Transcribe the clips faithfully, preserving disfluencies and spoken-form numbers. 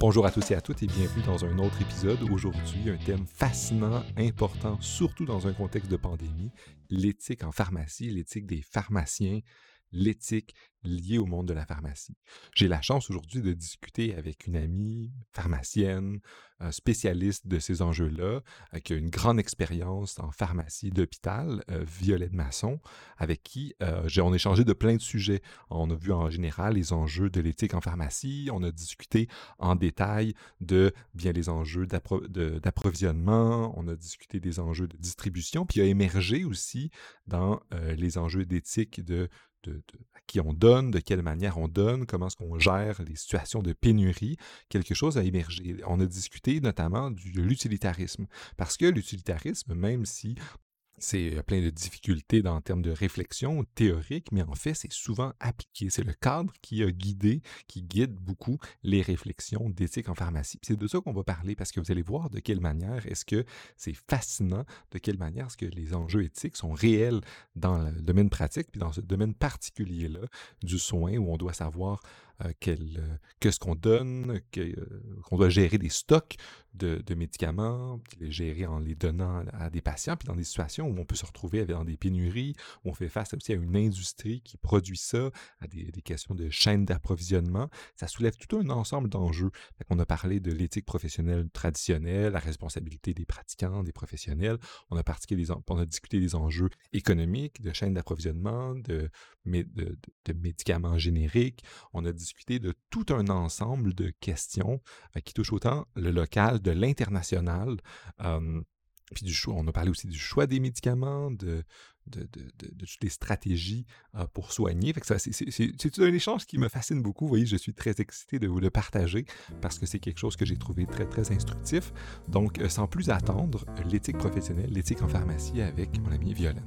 Bonjour à tous et à toutes et bienvenue dans un autre épisode. Aujourd'hui, un thème fascinant, important, surtout dans un contexte de pandémie, l'éthique en pharmacie, l'éthique des pharmaciens, l'éthique liée au monde de la pharmacie. J'ai la chance aujourd'hui de discuter avec une amie pharmacienne, un spécialiste de ces enjeux-là, euh, qui a une grande expérience en pharmacie d'hôpital, euh, Violette Masson, avec qui euh, j'ai, on a échangé de plein de sujets. On a vu en général les enjeux de l'éthique en pharmacie, on a discuté en détail de bien les enjeux d'appro- de- d'approvisionnement, on a discuté des enjeux de distribution, puis il a émergé aussi dans euh, les enjeux d'éthique de De, de, à qui on donne, de quelle manière on donne, comment est-ce qu'on gère les situations de pénurie, quelque chose a émergé. On a discuté notamment du, de l'utilitarisme, parce que l'utilitarisme, même si c'est plein de difficultés dans, en termes de réflexion théorique, mais en fait, c'est souvent appliqué. C'est le cadre qui a guidé, qui guide beaucoup les réflexions d'éthique en pharmacie. Puis c'est de ça qu'on va parler, parce que vous allez voir de quelle manière est-ce que c'est fascinant, de quelle manière est-ce que les enjeux éthiques sont réels dans le domaine pratique, puis dans ce domaine particulier-là du soin, où on doit savoir euh, quel, euh, qu'est-ce qu'on donne, que, euh, qu'on doit gérer des stocks de, de médicaments, puis les gérer en les donnant à des patients, puis dans des situations où on peut se retrouver dans des pénuries, où on fait face aussi à une industrie qui produit ça, à des, des questions de chaîne d'approvisionnement. Ça soulève tout un ensemble d'enjeux. Fait qu'on a parlé de l'éthique professionnelle traditionnelle, la responsabilité des pratiquants, des professionnels. On a, pratiqué des, on a discuté des enjeux économiques, de chaîne d'approvisionnement, de, de, de, de médicaments génériques. On a discuté de tout un ensemble de questions euh, qui touchent autant le local, de l'international, euh, puis du choix. On a parlé aussi du choix des médicaments, de, de, de, de, de toutes les stratégies euh, pour soigner. Fait que ça, c'est, c'est, c'est, c'est un échange qui me fascine beaucoup. Vous voyez, je suis très excité de vous le partager parce que c'est quelque chose que j'ai trouvé très, très instructif. Donc, euh, sans plus attendre, l'éthique professionnelle, l'éthique en pharmacie avec mon amie Violaine.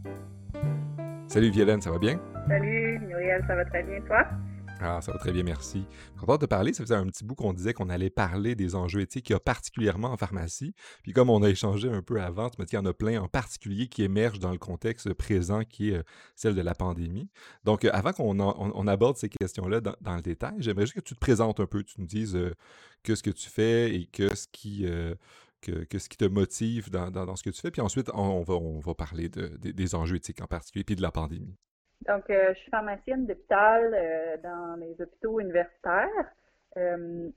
Salut Violaine, ça va bien? Salut Muriel, ça va très bien, toi? Ah, ça va très bien, merci. Content de te parler. Ça faisait un petit bout qu'on disait qu'on allait parler des enjeux éthiques qu'il y a particulièrement en pharmacie. Puis comme on a échangé un peu avant, tu me dis qu'il y en a plein en particulier qui émergent dans le contexte présent qui est euh, celle de la pandémie. Donc, euh, avant qu'on en- on, on aborde ces questions-là dans, dans le détail, j'aimerais juste que tu te présentes un peu, tu nous dises euh, que ce que tu fais et que ce qui, euh, que, que ce qui te motive dans, dans- dans ce que tu fais. Puis ensuite, on, on va, on va parler de- des des enjeux éthiques en particulier, puis de la pandémie. Donc, euh, je suis pharmacienne d'hôpital euh, dans les hôpitaux universitaires euh,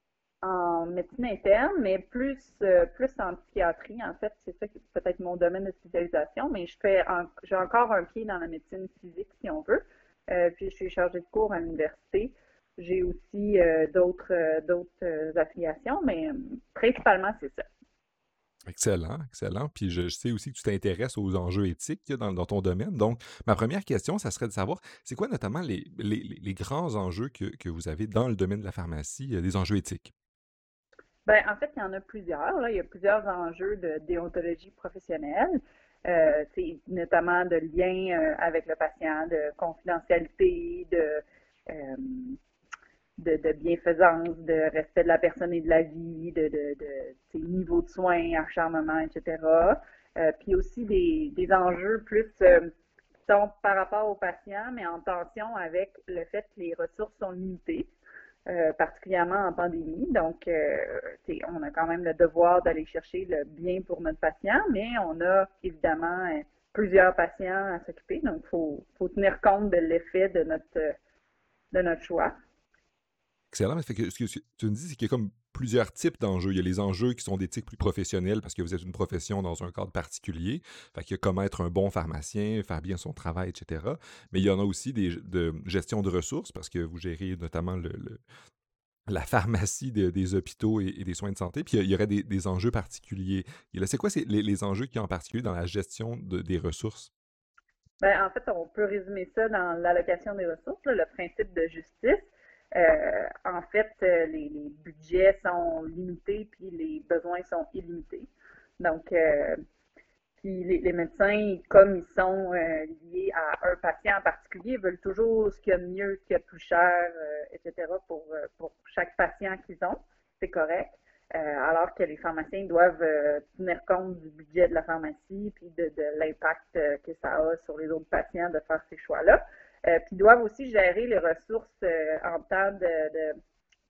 en médecine interne, mais plus, euh, plus en psychiatrie. En fait, c'est ça qui est peut-être mon domaine de spécialisation, mais je fais en- j'ai encore un pied dans la médecine physique, si on veut. Euh, puis, je suis chargée de cours à l'université. J'ai aussi euh, d'autres euh, d'autres euh, affiliations, mais euh, principalement, c'est ça. Excellent, excellent. Puis je, je sais aussi que tu t'intéresses aux enjeux éthiques là, dans, dans ton domaine. Donc, ma première question, ça serait de savoir, c'est quoi notamment les, les, les- les grands enjeux que, que vous avez dans le domaine de la pharmacie, euh, des enjeux éthiques? Ben, en fait, il y en a plusieurs, là. Il y a plusieurs enjeux de déontologie professionnelle, euh, tu sais, notamment de lien euh, avec le patient, de confidentialité, de, euh, de, de bienfaisance, de respect de la personne et de la vie, de, de, de tu sais, niveau de soins, acharnement, et cetera. Euh, puis aussi des, des enjeux plus euh, qui sont par rapport au patient, mais en tension avec le fait que les ressources sont limitées euh, particulièrement en pandémie. Donc, euh, on a quand même le devoir d'aller chercher le bien pour notre patient, mais on a évidemment euh, plusieurs patients à s'occuper. Donc, il faut, faut tenir compte de l'effet de notre, de notre choix. Excellent. Mais fait que ce que tu me dis, c'est qu'il y a comme plusieurs types d'enjeux. Il y a les enjeux qui sont d'éthique plus professionnelle parce que vous êtes une profession dans un cadre particulier. Fait qu'il y a comment être un bon pharmacien, faire bien son travail, et cetera. Mais il y en a aussi des, de gestion de ressources parce que vous gérez notamment le, le- la pharmacie de- des hôpitaux et, et des soins de santé, puis il y aurait des, des enjeux particuliers. Et là, c'est quoi c'est les, les enjeux qu'il y a en particulier dans la gestion de- des ressources? Ben, en fait, on peut résumer ça dans l'allocation des ressources, là, le principe de justice. Euh, en fait, euh, les, les budgets sont limités puis les besoins sont illimités. Donc, euh, Puis les, les médecins, comme ils sont euh, liés à un patient en particulier, veulent toujours ce qu'il y a de mieux, ce qu'il y a de plus cher, euh, et cetera pour, euh, pour chaque patient qu'ils ont. C'est correct. Euh, alors que les pharmaciens doivent euh, tenir compte du budget de la pharmacie puis de, de l'impact euh, que ça a sur les autres patients de faire ces choix-là. Euh, puis ils doivent aussi gérer les ressources euh, en temps de, de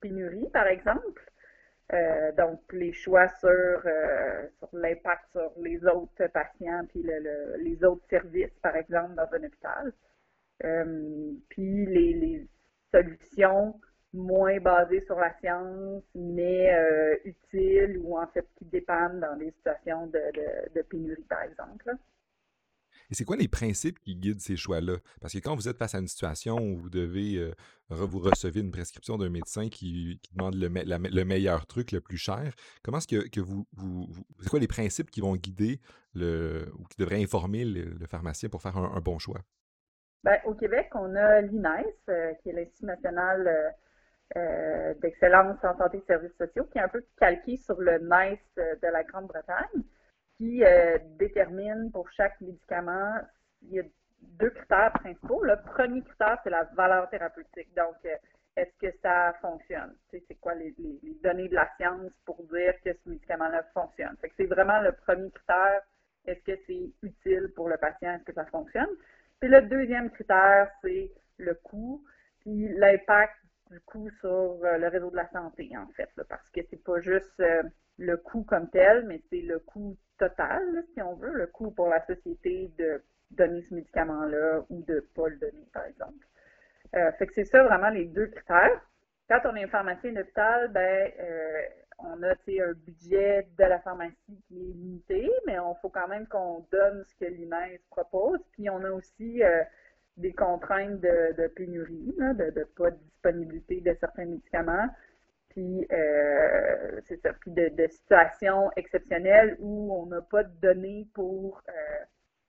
pénurie, par exemple. Euh, donc, les choix sur, euh, sur l'impact sur les autres patients puis le, le, les autres services, par exemple, dans un hôpital. Euh, puis les, les solutions moins basées sur la science, mais euh, utiles ou en fait qui dépendent dans des situations de, de, de pénurie, par exemple. Là. Et c'est quoi les principes qui guident ces choix-là? Parce que quand vous êtes face à une situation où vous devez, euh, re- vous recevez une prescription d'un médecin qui, qui demande le, me- la me- le meilleur truc, le plus cher, comment est-ce que, que vous, vous, vous- c'est quoi les principes qui vont guider le, ou qui devraient informer le, le pharmacien pour faire un, un bon choix? Ben, au Québec, on a l'I N E S, euh, qui est l'Institut national euh, euh, d'excellence en santé et services sociaux, qui est un peu calqué sur le N E S euh, de la Grande-Bretagne, qui euh, détermine pour chaque médicament, il y a deux critères principaux. Le premier critère, c'est la valeur thérapeutique. Donc, euh, est-ce que ça fonctionne? Tu sais, c'est quoi les, les, les données de la science pour dire que ce médicament-là fonctionne? Fait que c'est vraiment le premier critère. Est-ce que c'est utile pour le patient? Est-ce que ça fonctionne? Puis le deuxième critère, c'est le coût, puis l'impact du coût sur euh, le réseau de la santé, en fait, là, parce que c'est pas juste euh, le coût comme tel, mais c'est le coût total, là, si on veut, le coût pour la société de donner ce médicament-là ou de ne pas le donner, par exemple. Euh, fait que c'est ça vraiment les deux critères. Quand on est un pharmacien d'hôpital, ben, euh, on a un budget de la pharmacie qui est limité, mais il faut quand même qu'on donne ce que l'I N E S propose. Puis on a aussi euh, des contraintes de, de pénurie, là, de, de pas de disponibilité de certains médicaments. Puis euh, c'est ça, puis de, de situations exceptionnelles où on n'a pas de données pour euh,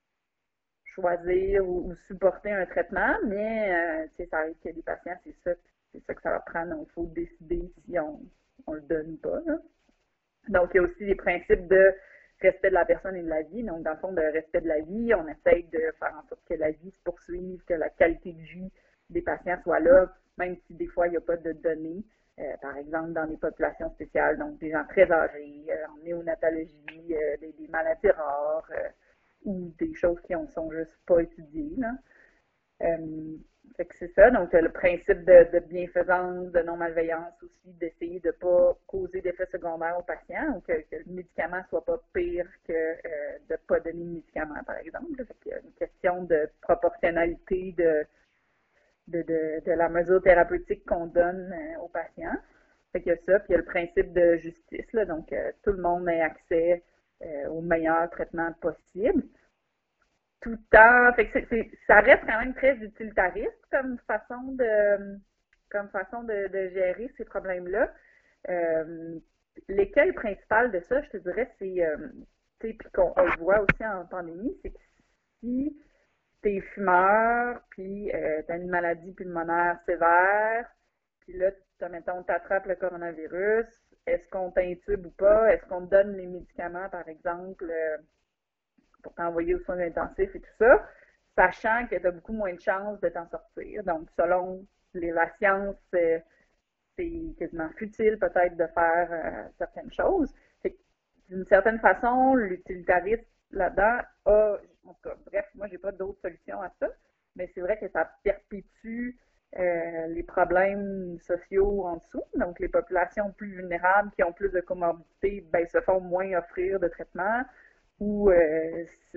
choisir ou, ou, supporter un traitement, mais euh, ça arrive qu'il y a des patients, c'est ça, c'est ça que ça va prendre. Il faut décider si on, on le donne ou pas. Là. Donc, il y a aussi les principes de respect de la personne et de la vie. Donc, dans le fond, de respect de la vie, on essaye de faire en sorte que la vie se poursuive, que la qualité de vie des patients soit là, même si des fois, il n'y a pas de données. Euh, par exemple, dans les populations spéciales, donc des gens très âgés, euh, en néonatologie, euh, des, des maladies rares, euh, ou des choses qui ne sont juste pas étudiées. Là. Euh, fait que c'est ça. Donc, le principe de, de bienfaisance, de non-malveillance aussi, d'essayer de ne pas causer d'effets secondaires aux patients ou que, que le médicament ne soit pas pire que euh, de ne pas donner de médicament, par exemple. Fait qu'il y a une question de proportionnalité de, de, de, de la mesure thérapeutique qu'on donne euh, aux patients. Fait qu'il y a ça. Puis il y a le principe de justice. Là, donc, euh, tout le monde ait accès euh, au meilleur traitement possible. Tout le temps. Fait que c'est, c'est, ça reste quand même très utilitariste comme façon de, comme façon de, de gérer ces problèmes-là. Euh, l'écueil principal de ça, je te dirais, c'est, euh, tu sais, puis qu'on on le voit aussi en pandémie, c'est que si t'es fumeur, puis euh, t'as une maladie pulmonaire sévère, puis là, mettons, t'attrapes le coronavirus, est-ce qu'on t'intube ou pas? Est-ce qu'on te donne les médicaments, par exemple, euh, pour t'envoyer aux soins intensifs et tout ça, sachant que tu as beaucoup moins de chances de t'en sortir. Donc, selon les, la science, euh, c'est quasiment futile peut-être de faire euh, certaines choses. D'une certaine façon, l'utilitariste là-dedans a, en tout cas, bref, moi, j'ai pas d'autre solution à ça, mais c'est vrai que ça perpétue euh, les problèmes sociaux en dessous. Donc, les populations plus vulnérables qui ont plus de comorbidités, ben, se font moins offrir de traitement ou euh, se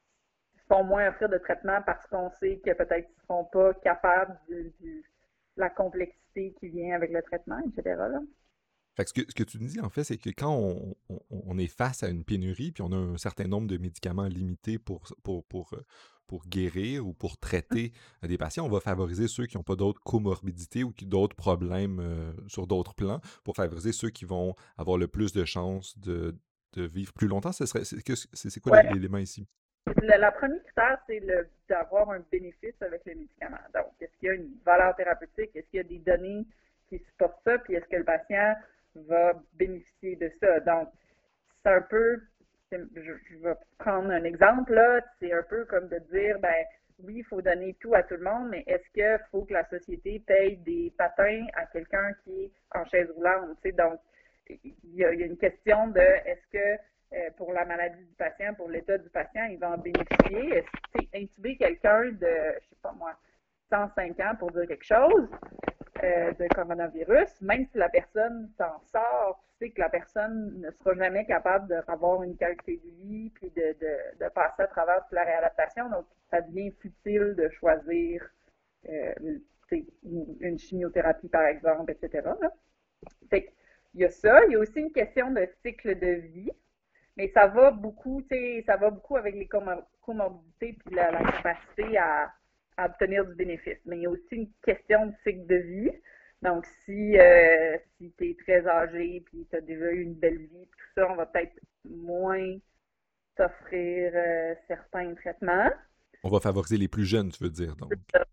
font moins offrir de traitement parce qu'on sait que peut-être ils ne seront pas capables de, de la complexité qui vient avec le traitement, et cetera. Là. Fait que ce, que ce que tu nous dis, en fait, c'est que quand on, on- on est face à une pénurie, puis on a un certain nombre de médicaments limités pour, pour, pour, euh, pour guérir ou pour traiter euh, des patients, on va favoriser ceux qui n'ont pas d'autres comorbidités ou qui ont d'autres problèmes euh, sur d'autres plans, pour favoriser ceux qui vont avoir le plus de chances de, de vivre plus longtemps. Ce serait, c'est, c'est, c'est quoi Ouais. l'élément ici? Le, la première critère, c'est le, d'avoir un bénéfice avec le médicament. Donc, est-ce qu'il y a une valeur thérapeutique? Est-ce qu'il y a des données qui supportent ça? Puis, est-ce que le patient va bénéficier de ça? Donc, c'est un peu, c'est, je, je vais prendre un exemple, là, c'est un peu comme de dire, ben oui, il faut donner tout à tout le monde, mais est-ce qu'il faut que la société paye des patins à quelqu'un qui est en chaise roulante? Tu sais? Donc, il y, a, il y a une question de, est-ce que Euh, pour la maladie du patient, pour l'état du patient, il va en bénéficier. Est-ce que intuber quelqu'un de, je sais pas moi, cent cinq ans pour dire quelque chose, euh, de coronavirus, même si la personne s'en sort, tu sais que la personne ne sera jamais capable d'avoir une qualité de vie puis de, de, de passer à travers toute la réadaptation. Donc, ça devient futile de choisir euh, une, une chimiothérapie, par exemple, et cetera. Là. Fait que, il y a ça. Il y a aussi une question de cycle de vie. Mais ça va beaucoup, tu sais, ça va beaucoup avec les comorbidités puis la, la capacité à, à obtenir du bénéfice. Mais il y a aussi une question de cycle de vie. Donc, si, euh, si tu es très âgé puis tu as déjà eu une belle vie, tout ça, on va peut-être moins t'offrir euh, certains traitements. On va favoriser les plus jeunes, tu veux dire, donc.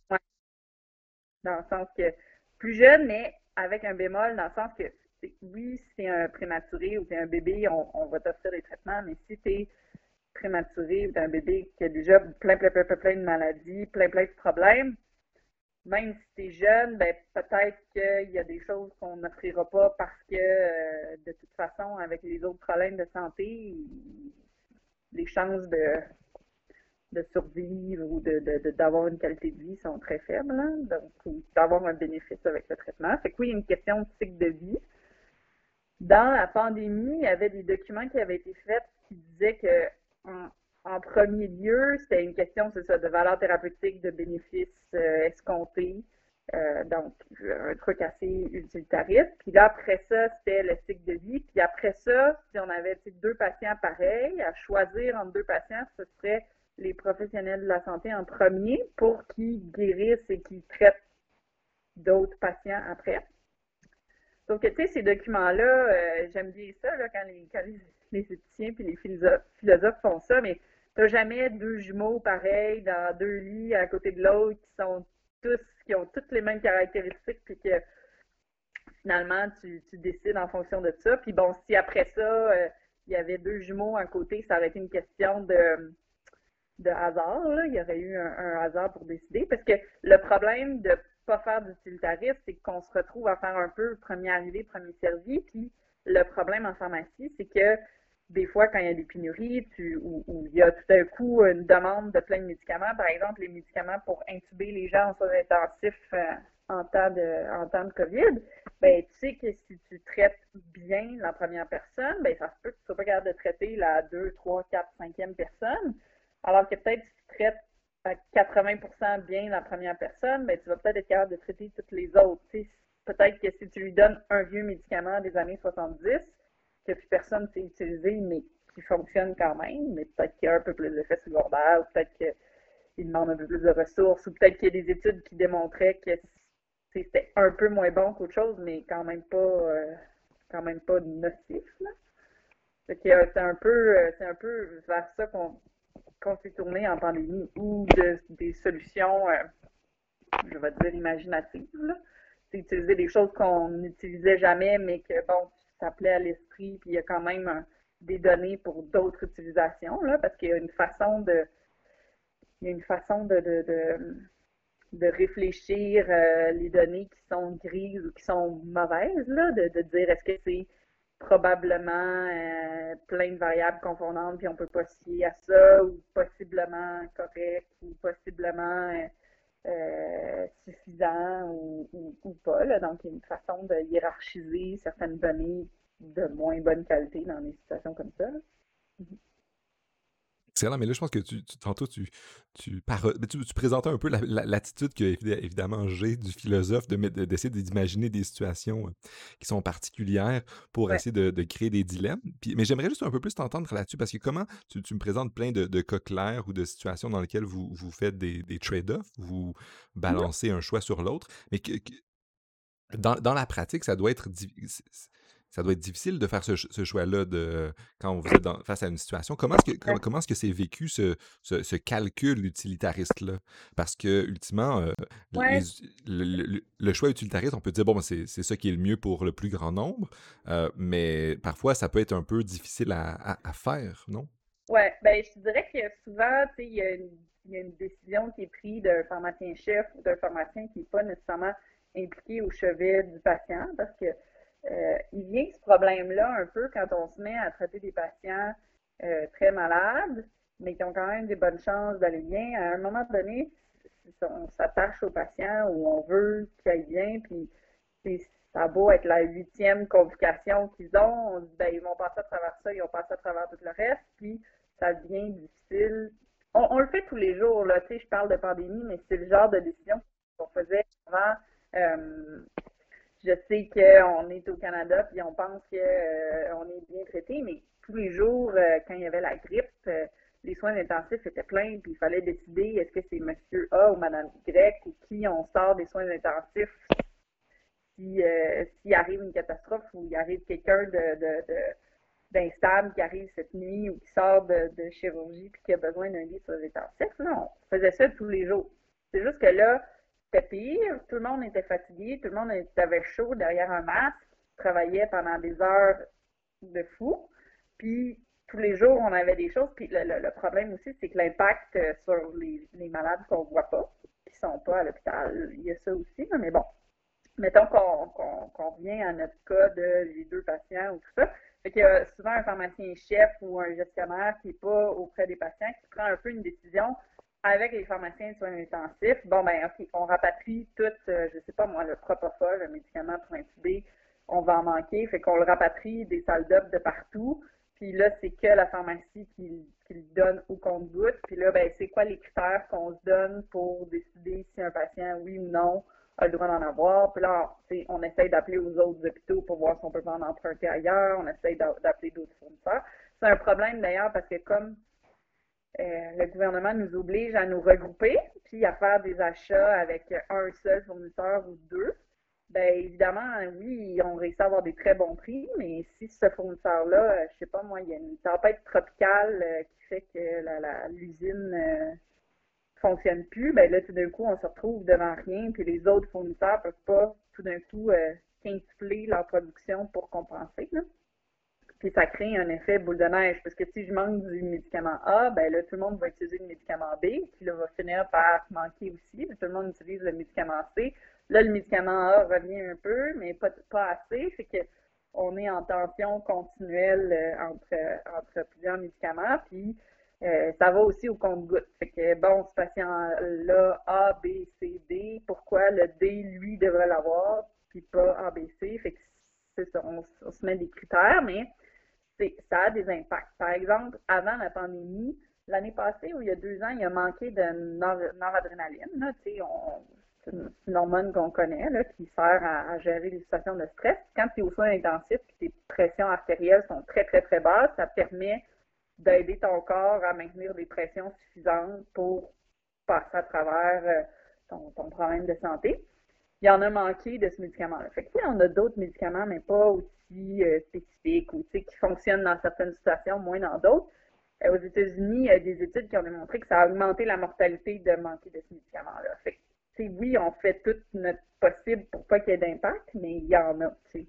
Dans le sens que plus jeune, mais avec un bémol, dans le sens que oui, si c'est un prématuré ou c'est un bébé, on, on va t'offrir des traitements, mais si tu es prématuré ou t'es un bébé qui a déjà plein, plein, plein, plein, plein de maladies, plein, plein de problèmes, même si tu es jeune, ben peut-être qu'il y a des choses qu'on n'offrira pas parce que euh, de toute façon, avec les autres problèmes de santé, les chances de, de survivre ou de, de, d'avoir une qualité de vie sont très faibles, hein? Donc, ou d'avoir un bénéfice avec le traitement. Fait que oui, il y a une question de cycle de vie. Dans la pandémie, il y avait des documents qui avaient été faits qui disaient que en, en premier lieu, c'était une question, c'est ça, de valeur thérapeutique, de bénéfices euh, escomptés. Euh, donc, un truc assez utilitariste. Puis là, après ça, c'était le cycle de vie. Puis après ça, si on avait deux patients pareils, à choisir entre deux patients, ce serait les professionnels de la santé en premier pour qu'ils guérissent et qu'ils traitent d'autres patients après. Donc, tu sais, ces documents-là, euh, j'aime bien ça, là, quand les, quand les, les éthiciens et les philosophes, philosophes font ça, mais t'as jamais deux jumeaux pareils dans deux lits à côté de l'autre qui sont tous, qui ont toutes les mêmes caractéristiques, puis que finalement, tu, tu décides en fonction de ça. Puis bon, si après ça, euh, il y avait deux jumeaux à côté, ça aurait été une question de, de hasard, là. Il y aurait eu un, un hasard pour décider, parce que le problème de pas faire d'utilitarisme, c'est qu'on se retrouve à faire un peu premier arrivé, premier servi. Puis le problème en pharmacie, c'est que des fois, quand il y a des pénuries, tu, ou, ou il y a tout d'un coup une demande de plein de médicaments, par exemple, les médicaments pour intuber les gens en soins intensifs euh, en temps de en temps de COVID, ben tu sais que si tu traites bien la première personne, ben ça se peut que tu ne sois pas capable de traiter la deux, trois, quatre, cinquième personne. Alors que peut-être si tu traites à quatre-vingts pour cent bien la première personne, ben, tu vas peut-être être capable de traiter toutes les autres. T'sais, peut-être que si tu lui donnes un vieux médicament des années soixante-dix, que plus personne sait utiliser, mais qui fonctionne quand même, mais peut-être qu'il y a un peu plus d'effets secondaires, ou peut-être qu'il demande un peu plus de ressources, ou peut-être qu'il y a des études qui démontraient que c'était un peu moins bon qu'autre chose, mais quand même pas euh, quand même pas nocif. Là. Fait que, euh, c'est un peu euh, c'est un peu vers ça qu'on qu'on s'est tourné en pandémie, ou de, des solutions, euh, je vais dire, imaginatives. Là. C'est utiliser des choses qu'on n'utilisait jamais, mais que, bon, ça plaît à l'esprit, puis il y a quand même un, des données pour d'autres utilisations, là, parce qu'il y a une façon de il y a une façon de, de, de, de réfléchir euh, les données qui sont grises ou qui sont mauvaises, là, de, de dire est-ce que c'est probablement euh, plein de variables confondantes, puis on peut pas se fier à ça, ou possiblement correct, ou possiblement euh, euh, suffisant, ou, ou, ou pas. Là. Donc, il y a une façon de hiérarchiser certaines données de moins bonne qualité dans des situations comme ça. Mm-hmm. Excellent, mais là, je pense que tu, tu tantôt, tu, tu, paro- tu, tu présentais un peu la- la- l'attitude que, évidemment, j'ai du philosophe de, de- d'essayer d'imaginer des situations euh, qui sont particulières pour Ouais. essayer de, de créer des dilemmes. Puis, mais j'aimerais juste un peu plus t'entendre là-dessus, parce que comment tu, tu me présentes plein de, de cas clairs ou de situations dans lesquelles vous, vous faites des, des trade-offs, vous Mm-hmm. balancez un choix sur l'autre, mais que, que- dans, dans la pratique, ça doit être di- ça doit être difficile de faire ce, ce choix-là de quand vous êtes dans- face à une situation. Comment est-ce que comment, comment est-ce que c'est vécu ce, ce, ce calcul utilitariste-là? Parce que ultimement, euh, les, Ouais. le, le- le choix utilitariste, on peut dire bon, ben, c'est c'est ça qui est le mieux pour le plus grand nombre, euh, mais parfois ça peut être un peu difficile à, à, à faire, non? Ouais, ben je dirais que souvent, tu sais, il y a une, il y a une décision qui est prise d'un pharmacien-chef ou d'un pharmacien qui n'est pas nécessairement impliqué au chevet du patient, parce que euh, il vient ce problème-là un peu quand on se met à traiter des patients euh, très malades, mais qui ont quand même des bonnes chances d'aller bien. À un moment donné, on s'attache aux patients ou on veut qu'ils aillent bien, puis ça a beau être la huitième convocation qu'ils ont, on dit, ben, ils vont passer à travers ça, ils ont passé à travers tout le reste, puis ça devient difficile. On, on le fait tous les jours, là, tu sais, je parle de pandémie, mais c'est le genre de décision qu'on faisait avant. Euh, je sais qu'on est au Canada, puis on pense qu'on euh, est bien traité, mais tous les jours, euh, quand il y avait la grippe, euh, les soins intensifs étaient pleins, puis il fallait décider est-ce que c'est monsieur A ou madame Y ou qui on sort des soins intensifs si euh, s'il arrive une catastrophe ou il arrive quelqu'un de, de, de, d'instable qui arrive cette nuit ou qui sort de, de chirurgie puis qui a besoin d'un lit sur les intensifs. Non, on faisait ça tous les jours. C'est juste que là, c'était pire, tout le monde était fatigué, tout le monde avait chaud derrière un masque, travaillait pendant des heures de fou, puis tous les jours, on avait des choses. Puis le, le, le problème aussi, c'est que l'impact sur les, les malades qu'on ne voit pas, qui ne sont pas à l'hôpital, il y a ça aussi, mais bon. Mettons qu'on qu'on, qu'on revient à notre cas de les deux patients ou tout ça. Fait qu'il y a souvent un pharmacien-chef ou un gestionnaire qui n'est pas auprès des patients, qui prend un peu une décision avec les pharmaciens de soins intensifs. Bon, ben, OK, on rapatrie tout, euh, je sais pas moi, le propofol, le médicament pour intuber, on va en manquer. Fait qu'on le rapatrie des salles d'op de partout. Puis là, c'est que la pharmacie qui, qui le donne au compte-gouttes. Puis là, ben, c'est quoi les critères qu'on se donne pour décider si un patient, oui ou non, a le droit d'en avoir. Puis là, on essaye d'appeler aux autres hôpitaux pour voir si on peut pas en emprunter ailleurs. On essaye d'appeler d'autres fournisseurs. C'est un problème d'ailleurs parce que comme euh, le gouvernement nous oblige à nous regrouper, puis à faire des achats avec un seul fournisseur ou deux, bien évidemment, oui, on réussit à avoir des très bons prix, mais si ce fournisseur-là, je sais pas moi, il y a une tempête tropicale euh, qui fait que la, la, l'usine euh, fonctionne plus, ben là, tout d'un coup, on se retrouve devant rien, puis les autres fournisseurs peuvent pas, tout d'un coup, euh, quintupler leur production pour compenser, là. Puis ça crée un effet boule de neige, parce que si je manque du médicament A, ben là, tout le monde va utiliser le médicament B, puis là, va finir par manquer aussi, puis tout le monde utilise le médicament C. Là, le médicament A revient un peu, mais pas, pas assez, fait que on est en tension continuelle euh, entre, entre plusieurs médicaments, puis Euh, ça va aussi au compte-gouttes. Fait que, bon, ce patient-là, A, B, C, D, pourquoi le D, lui, devrait l'avoir, puis pas A, B, C? Fait que c'est ça, on, on se met des critères, mais c'est, ça a des impacts. Par exemple, avant la pandémie, l'année passée, ou il y a deux ans, il a manqué de nor noradrénaline. Là, on, c'est une, une hormone qu'on connaît, là, qui sert à, à gérer les situations de stress. Quand tu es aux soins intensifs et tes pressions artérielles sont très, très, très basses, ça permet d'aider ton corps à maintenir des pressions suffisantes pour passer à travers euh, ton, ton problème de santé. Il y en a manqué de ce médicament-là. Fait que, on a d'autres médicaments, mais pas aussi euh, spécifiques ou qui fonctionnent dans certaines situations, moins dans d'autres. Euh, aux États-Unis, il y a des études qui ont démontré que ça a augmenté la mortalité de manquer de ce médicament-là. Fait que, oui, on fait tout notre possible pour pas qu'il y ait d'impact, mais il y en a. T'sais.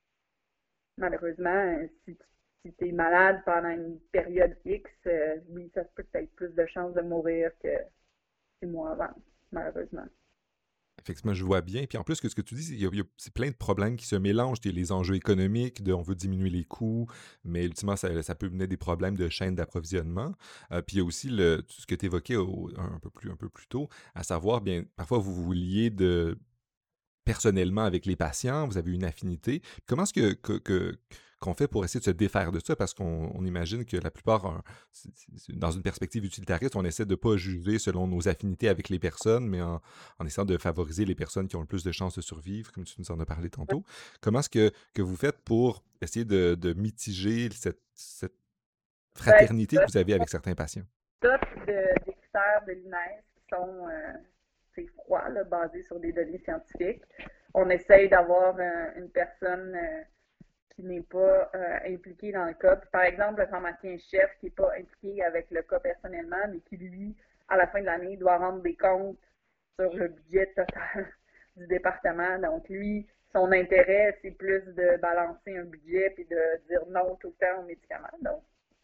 Malheureusement, si tu si tu es malade pendant une période X, euh, oui, ça se peut que tu aies plus de chances de mourir que six mois avant, malheureusement. Effectivement, je vois bien. Puis en plus, que ce que tu dis, il y a, il y a, c'est plein de problèmes qui se mélangent. Il y a les enjeux économiques, de on veut diminuer les coûts, mais ultimement, ça, ça peut mener des problèmes de chaîne d'approvisionnement. Euh, puis il y a aussi le, ce que tu évoquais au, un, peu plus, un peu plus tôt, à savoir, bien, parfois vous vous liez de personnellement avec les patients, vous avez une affinité. Comment est-ce que, que, que qu'on fait pour essayer de se défaire de ça? Parce qu'on on imagine que la plupart, un, c'est, c'est, dans une perspective utilitariste, on essaie de ne pas juger selon nos affinités avec les personnes, mais en, en essayant de favoriser les personnes qui ont le plus de chances de survivre, comme tu nous en as parlé tantôt. Comment est-ce que, que vous faites pour essayer de, de mitiger cette, cette fraternité que vous avez avec certains patients? Toutes de, des critères de l'I N E S qui sont euh, c'est froid, là, basés sur des données scientifiques. On essaye d'avoir euh, une personne euh, qui n'est pas euh, impliqué dans le cas. Puis, par exemple, le pharmacien-chef qui n'est pas impliqué avec le cas personnellement, mais qui, lui, à la fin de l'année, doit rendre des comptes sur le budget total du département. Donc, lui, son intérêt, c'est plus de balancer un budget puis de dire non tout le temps aux médicaments. Donc,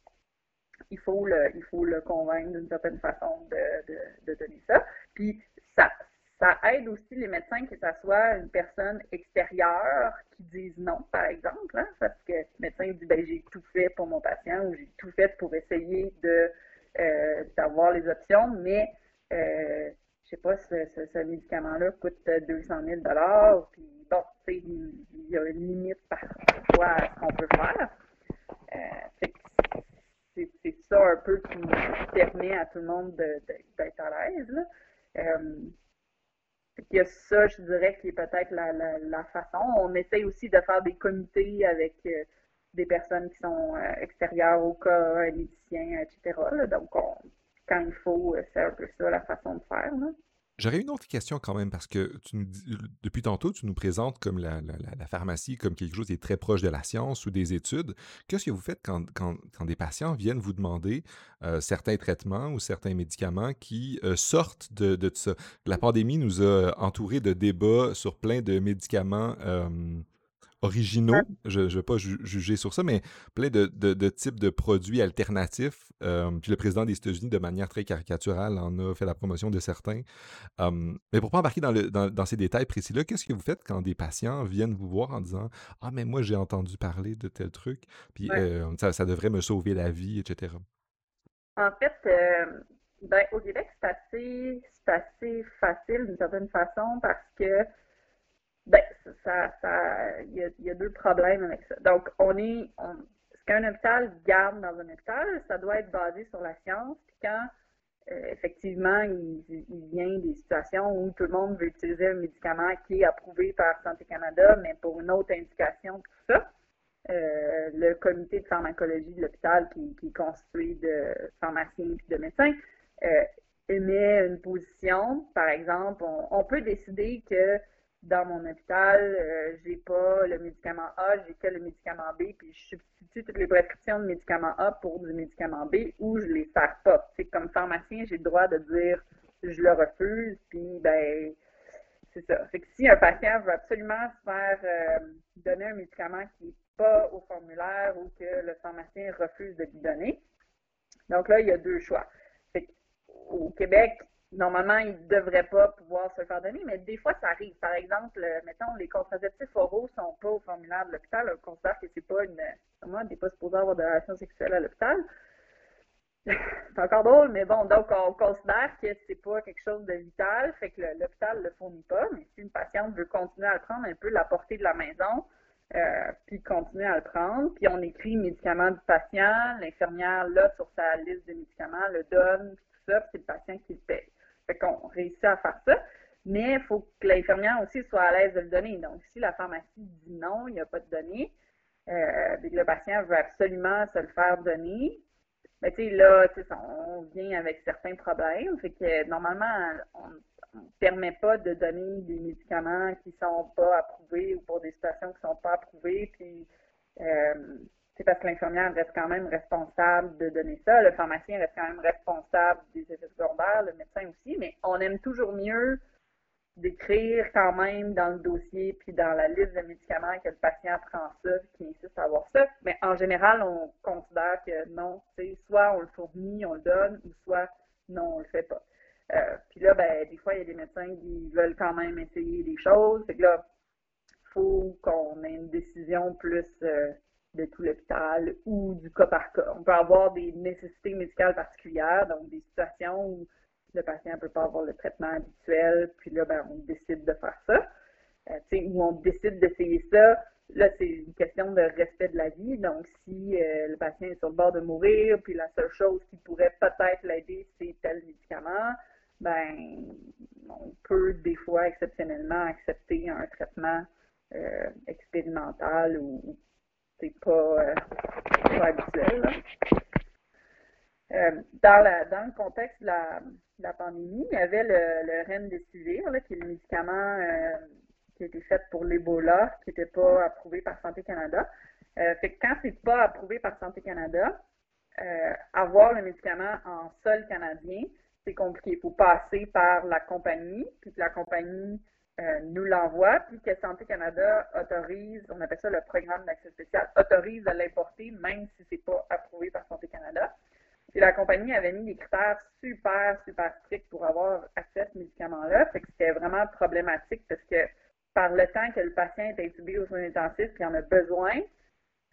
il faut le, il faut le convaincre d'une certaine façon de, de, de donner ça. Puis, ça, ça aide aussi les médecins que ça soit une personne extérieure qui dise non, par exemple, hein, parce que le médecin dit ben, j'ai tout fait pour mon patient ou j'ai tout fait pour essayer de euh, d'avoir les options, mais euh, je sais pas, ce, ce, ce médicament-là coûte deux cent mille dollars, puis bon, tu sais, il, il y a une limite parfois à ce qu'on peut faire. Euh, c'est, c'est ça un peu qui permet à tout le monde de, de, d'être à l'aise, là. Euh, il y a ça, je dirais, qui est peut-être la, la, la façon. On essaye aussi de faire des comités avec euh, des personnes qui sont euh, extérieures au cas, un éthicien, et cetera là. Donc, on, quand il faut, c'est un peu ça la façon de faire, là. J'aurais une autre question quand même, parce que tu nous dis- depuis tantôt, tu nous présentes comme la, la- la- la pharmacie comme quelque chose qui est très proche de la science ou des études. Qu'est-ce que vous faites quand, quand- quand des patients viennent vous demander euh, certains traitements ou certains médicaments qui euh, sortent de, de ça? La pandémie nous a entourés de débats sur plein de médicaments euh, originaux, je ne vais pas ju- juger sur ça, mais plein de, de- de types de produits alternatifs. Euh, puis le président des États-Unis, de manière très caricaturale, en a fait la promotion de certains. Um, mais pour pas embarquer dans, le, dans, dans ces détails précis-là, qu'est-ce que vous faites quand des patients viennent vous voir en disant Ah, mais moi, j'ai entendu parler de tel truc, puis Ouais. euh, ça, ça devrait me sauver la vie, et cetera. En fait, euh, ben, au Québec, c'est assez, c'est assez facile d'une certaine façon parce que ben, ça, ça, il y a, il y a deux problèmes avec ça. Donc, on est, on, ce qu'un hôpital garde dans un hôpital, ça doit être basé sur la science. Puis quand, euh, effectivement, il, il vient des situations où tout le monde veut utiliser un médicament qui est approuvé par Santé Canada, mais pour une autre indication, tout ça, euh, le comité de pharmacologie de l'hôpital, qui, qui est constitué de pharmaciens et de médecins, euh, émet une position. Par exemple, on, on peut décider que dans mon hôpital, euh, j'ai pas le médicament A, j'ai que le médicament B, puis je substitue toutes les prescriptions de médicament A pour du médicament B ou je les sers pas. C'est comme pharmacien, j'ai le droit de dire je le refuse, puis ben c'est ça. Fait que si un patient veut absolument se faire euh, donner un médicament qui n'est pas au formulaire ou que le pharmacien refuse de lui donner, donc là, il y a deux choix. Fait au Québec, normalement, il ne devrait pas pouvoir se le faire donner, mais des fois, ça arrive. Par exemple, mettons, les contraceptifs oraux ne sont pas au formulaire de l'hôpital. On considère que c'est pas une. Comment, on n'est pas supposé avoir de relations sexuelles à l'hôpital. C'est encore drôle, mais bon, donc on considère que c'est pas quelque chose de vital, fait que l'hôpital ne le fournit pas, mais si une patiente veut continuer à le prendre, elle peut l'apporter de la maison, euh, puis continuer à le prendre, puis on écrit le médicament du patient, l'infirmière là sur sa liste de médicaments le donne, puis tout ça, puis c'est le patient qui le paye. Fait qu'on réussit à faire ça, mais il faut que l'infirmière aussi soit à l'aise de le donner. Donc si la pharmacie dit non, il n'y a pas de données, euh, puis que le patient veut absolument se le faire donner, mais tu sais, là, on vient avec certains problèmes. Fait que normalement, on ne permet pas de donner des médicaments qui ne sont pas approuvés ou pour des situations qui ne sont pas approuvées. Puis, euh, c'est parce que l'infirmière reste quand même responsable de donner ça. Le pharmacien reste quand même responsable des effets secondaires, le médecin aussi. Mais on aime toujours mieux d'écrire quand même dans le dossier puis dans la liste de médicaments que le patient prend ça et qu'il insiste à avoir ça. Mais en général, on considère que non, soit on le fournit, on le donne, ou soit non, on le fait pas. Euh, puis là, ben, des fois, il y a des médecins qui veulent quand même essayer des choses. Fait que là, il faut qu'on ait une décision plus euh, de tout l'hôpital ou du cas par cas. On peut avoir des nécessités médicales particulières, donc des situations où le patient ne peut pas avoir le traitement habituel, puis là, ben, on décide de faire ça. Euh, où on décide d'essayer ça, là, c'est une question de respect de la vie. Donc, si euh, le patient est sur le bord de mourir, puis la seule chose qui pourrait peut-être l'aider, c'est tel médicament, ben, on peut des fois exceptionnellement accepter un traitement euh, expérimental ou c'est pas, euh, pas habituel. Là. Euh, dans, la, dans le contexte de la, de la pandémie, il y avait le, le Remdesivir, là, qui est le médicament euh, qui a été fait pour l'Ebola, qui n'était pas approuvé par Santé Canada. Euh, fait que quand c'est pas approuvé par Santé Canada, euh, avoir le médicament en sol canadien, c'est compliqué. Il faut passer par la compagnie, puis que la compagnie euh, nous l'envoie, puis que Santé Canada autorise, on appelle ça le programme d'accès spécial, autorise à l'importer, même si c'est pas approuvé par Santé Canada. Puis la compagnie avait mis des critères super, super stricts pour avoir accès à ce médicament-là. Fait que c'était vraiment problématique parce que par le temps que le patient est intubé aux soins intensifs et en a besoin,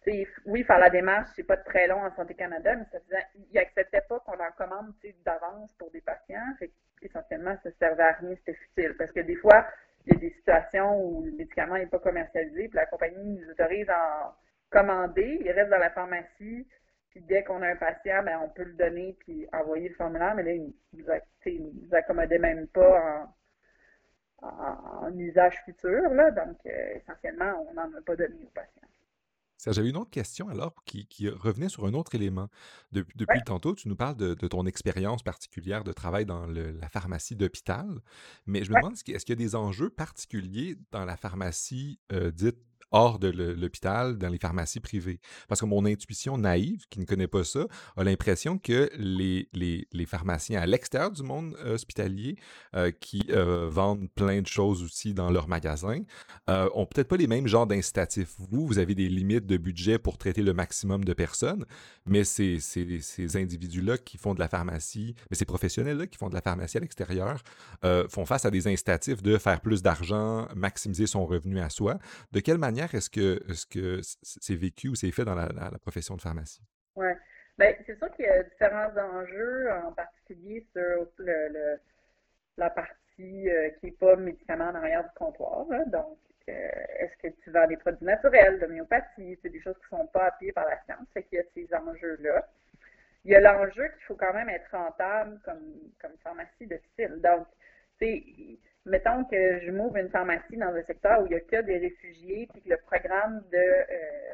c'est, oui, faire la démarche, c'est pas très long en Santé Canada, mais ça faisait, ils n'acceptaient pas qu'on leur commande d'avance pour des patients. Fait essentiellement, ça servait à rien, c'était futile. Parce que des fois, il y a des situations où le médicament n'est pas commercialisé, puis la compagnie nous autorise à en commander, il reste dans la pharmacie, puis dès qu'on a un patient, ben, on peut le donner puis envoyer le formulaire, mais là, ils ne nous, nous accommodaient même pas en, en, en usage futur, là, donc euh, essentiellement, on n'en a pas donné aux patients. J'avais une autre question alors qui, qui revenait sur un autre élément. Depuis, depuis Ouais, tantôt, tu nous parles de, de ton expérience particulière de travail dans le- la pharmacie d'hôpital, mais je me ouais. demande, est-ce qu'il est-ce qu'il y a des enjeux particuliers dans la pharmacie euh, dite hors de le- l'hôpital, dans les pharmacies privées? Parce que mon intuition naïve, qui ne connaît pas ça, a l'impression que les, les, les pharmaciens à l'extérieur du monde euh, hospitalier, euh, qui euh, vendent plein de choses aussi dans leurs magasins, euh, ont peut-être pas les mêmes genres d'incitatifs. Vous, vous avez des limites de budget pour traiter le maximum de personnes, mais ces, ces, ces individus-là qui font de la pharmacie, mais ces professionnels-là qui font de la pharmacie à l'extérieur, euh, font face à des incitatifs de faire plus d'argent, maximiser son revenu à soi. De quelle manière est-ce que est-ce que c'est vécu ou c'est fait dans la, la, la profession de pharmacie? Ouais. Ben, c'est sûr qu'il y a différents enjeux, en particulier sur le, le- la partie euh, qui n'est pas médicament en arrière du comptoir, là. Donc, euh, est-ce que tu vends des produits naturels, d'homéopathie, c'est des choses qui ne sont pas appuyées par la science, fait qu'il y a ces enjeux-là. Il y a l'enjeu qu'il faut quand même être rentable comme, comme pharmacie d'officine. Donc, tu sais, mettons que je m'ouvre une pharmacie dans un secteur où il n'y a que des réfugiés, puis que le programme de, euh,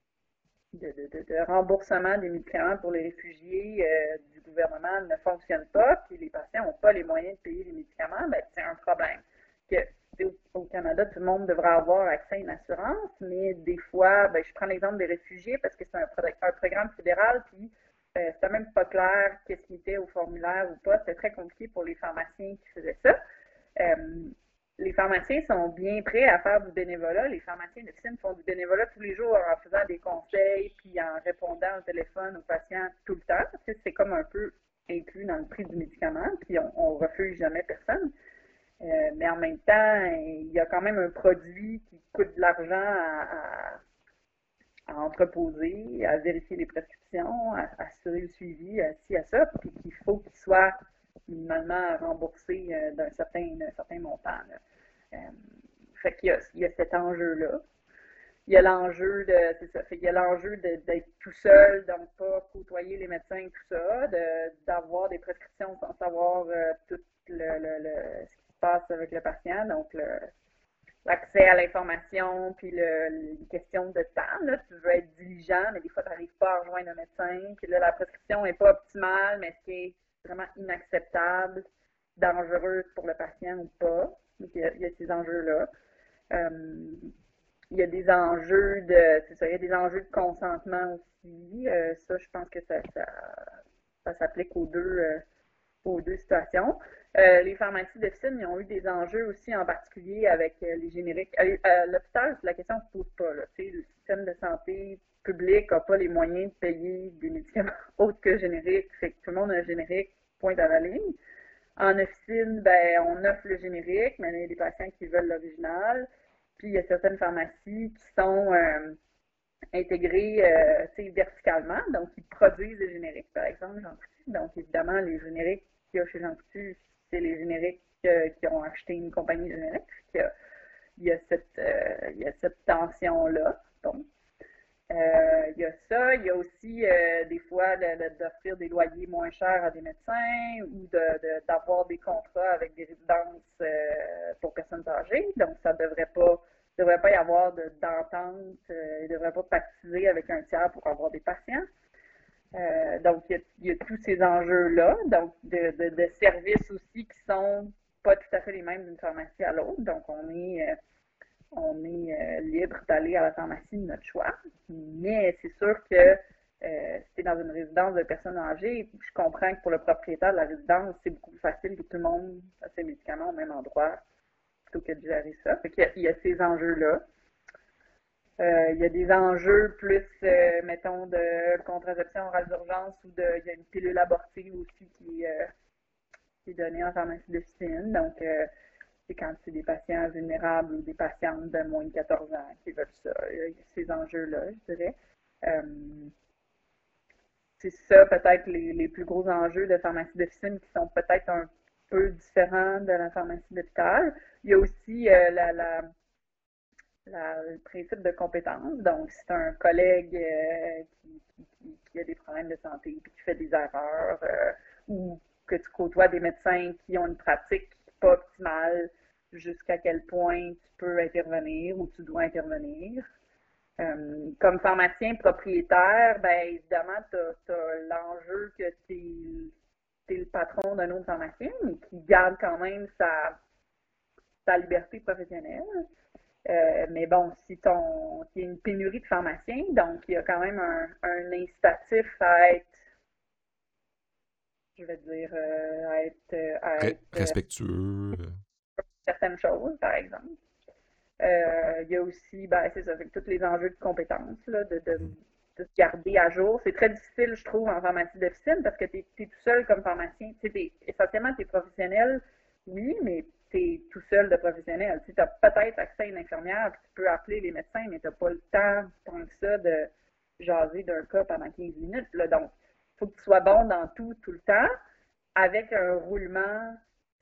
de, de, de, de remboursement des médicaments pour les réfugiés euh, du gouvernement ne fonctionne pas, puis les patients n'ont pas les moyens de payer les médicaments, ben, c'est un problème. Que, au, au Canada, tout le monde devrait avoir accès à une assurance, mais des fois, ben, je prends l'exemple des réfugiés parce que c'est un, un programme fédéral, puis euh, c'était même pas clair qu'est-ce qui était au formulaire ou pas. C'était très compliqué pour les pharmaciens qui faisaient ça. Euh, les pharmaciens sont bien prêts à faire du bénévolat. Les pharmaciens d'officine font du bénévolat tous les jours en faisant des conseils puis en répondant au téléphone aux patients tout le temps. C'est comme un peu inclus dans le prix du médicament, puis on ne refuse jamais personne. Euh, mais en même temps, il y a quand même un produit qui coûte de l'argent à, à, à, entreposer, à vérifier les prescriptions, à, à assurer le suivi, à ci, à ça, puis qu'il faut qu'il soit minimalement remboursé euh, d'un certain, certain montant. Là. Euh, fait qu'il y a, il y a cet enjeu-là. Il y a l'enjeu de, c'est ça, fait qu'il y a l'enjeu de, d'être tout seul, donc pas côtoyer les médecins, tout ça, de, d'avoir des prescriptions sans savoir euh, tout le, le, le, ce qui se passe avec le patient, donc le, l'accès à l'information, puis le, les questions de temps, là, tu veux être diligent, mais des fois, tu n'arrives pas à rejoindre un médecin, puis là, la prescription n'est pas optimale, mais ce qui est vraiment inacceptable, dangereuse pour le patient ou pas. Donc, il y a, il y a ces enjeux-là. Euh, il y a des enjeux de, c'est ça, il y a des enjeux de consentement aussi. Euh, ça, je pense que ça, ça, ça s'applique aux deux, euh, aux deux situations. Euh, les pharmacies d'officine, ils ont eu des enjeux aussi, en particulier avec euh, les génériques. À, à l'hôpital, la question ne se pose pas. Là. Le système de santé public n'a pas les moyens de payer des médicaments autres que génériques. Fait que tout le monde a un générique, point à la ligne. En officine, ben, on offre le générique, mais il y a des patients qui veulent l'original. Puis il y a certaines pharmacies qui sont euh, intégrées euh, verticalement, donc ils produisent des génériques, par exemple, Jean Coutu. Donc évidemment, les génériques qu'il y a chez Jean Coutu, c'est les génériques euh, qui ont acheté une compagnie générique. Il y a, il y a cette, euh, il y a cette tension-là. Bon. Euh, il y a ça, il y a aussi euh, des fois de, de, d'offrir des loyers moins chers à des médecins ou de, de, d'avoir des contrats avec des résidences euh, pour personnes âgées. Donc, ça ne devrait pas, devrait pas y avoir de, d'entente, euh, il ne devrait pas pactiser avec un tiers pour avoir des patients. Euh, donc, il y, a, il y a tous ces enjeux-là, donc de, de, de services aussi qui sont pas tout à fait les mêmes d'une pharmacie à l'autre. Donc, on est... Euh, on est euh, libre d'aller à la pharmacie de notre choix. Mais c'est sûr que euh, si tu es dans une résidence de personnes âgées, je comprends que pour le propriétaire de la résidence, c'est beaucoup plus facile que tout le monde a ses médicaments au même endroit plutôt que de gérer ça. Fait qu'il y a, il y a ces enjeux-là. Euh, il y a des enjeux plus, euh, mettons, de contraception orale d'urgence ou de, il y a une pilule abortive aussi qui, euh, qui est donnée en pharmacie d'officine. Donc, euh, c'est quand c'est des patients vulnérables ou des patientes de moins de quatorze ans qui veulent ça. Il y a ces enjeux-là, je dirais. Euh, c'est ça, peut-être les, les plus gros enjeux de pharmacie d'officine qui sont peut-être un peu différents de la pharmacie d'hôpital. Il y a aussi euh, la, la, la, le principe de compétence. Donc, si tu as un collègue euh, qui, qui, qui, qui, a des problèmes de santé puis qui fait des erreurs euh, ou que tu côtoies des médecins qui ont une pratique pas optimale, jusqu'à quel point tu peux intervenir ou tu dois intervenir. Euh, comme pharmacien propriétaire, ben évidemment, tu as l'enjeu que tu es le patron d'un autre pharmacien, mais qui garde quand même sa, sa liberté professionnelle. Euh, mais bon, si ton il y a une pénurie de pharmaciens, donc il y a quand même un, un incitatif à être, je vais dire, euh, à être, à Re- être euh, respectueux. euh. certaines choses, par exemple. Euh, il y a aussi, ben, c'est ça, avec tous les enjeux de compétences, là, de, de, Mhm. de se garder à jour. C'est très difficile, je trouve, en pharmacie d'officine parce que tu es, tout seul comme pharmacien. Tu sais, essentiellement, tu es professionnel, oui, mais tu es tout seul de professionnel. Tu as peut-être accès à une infirmière, puis tu peux appeler les médecins, mais tu n'as pas le temps, tant que ça, de jaser d'un cas pendant quinze minutes. Là. Donc, il faut que tu sois bon dans tout, tout le temps, avec un roulement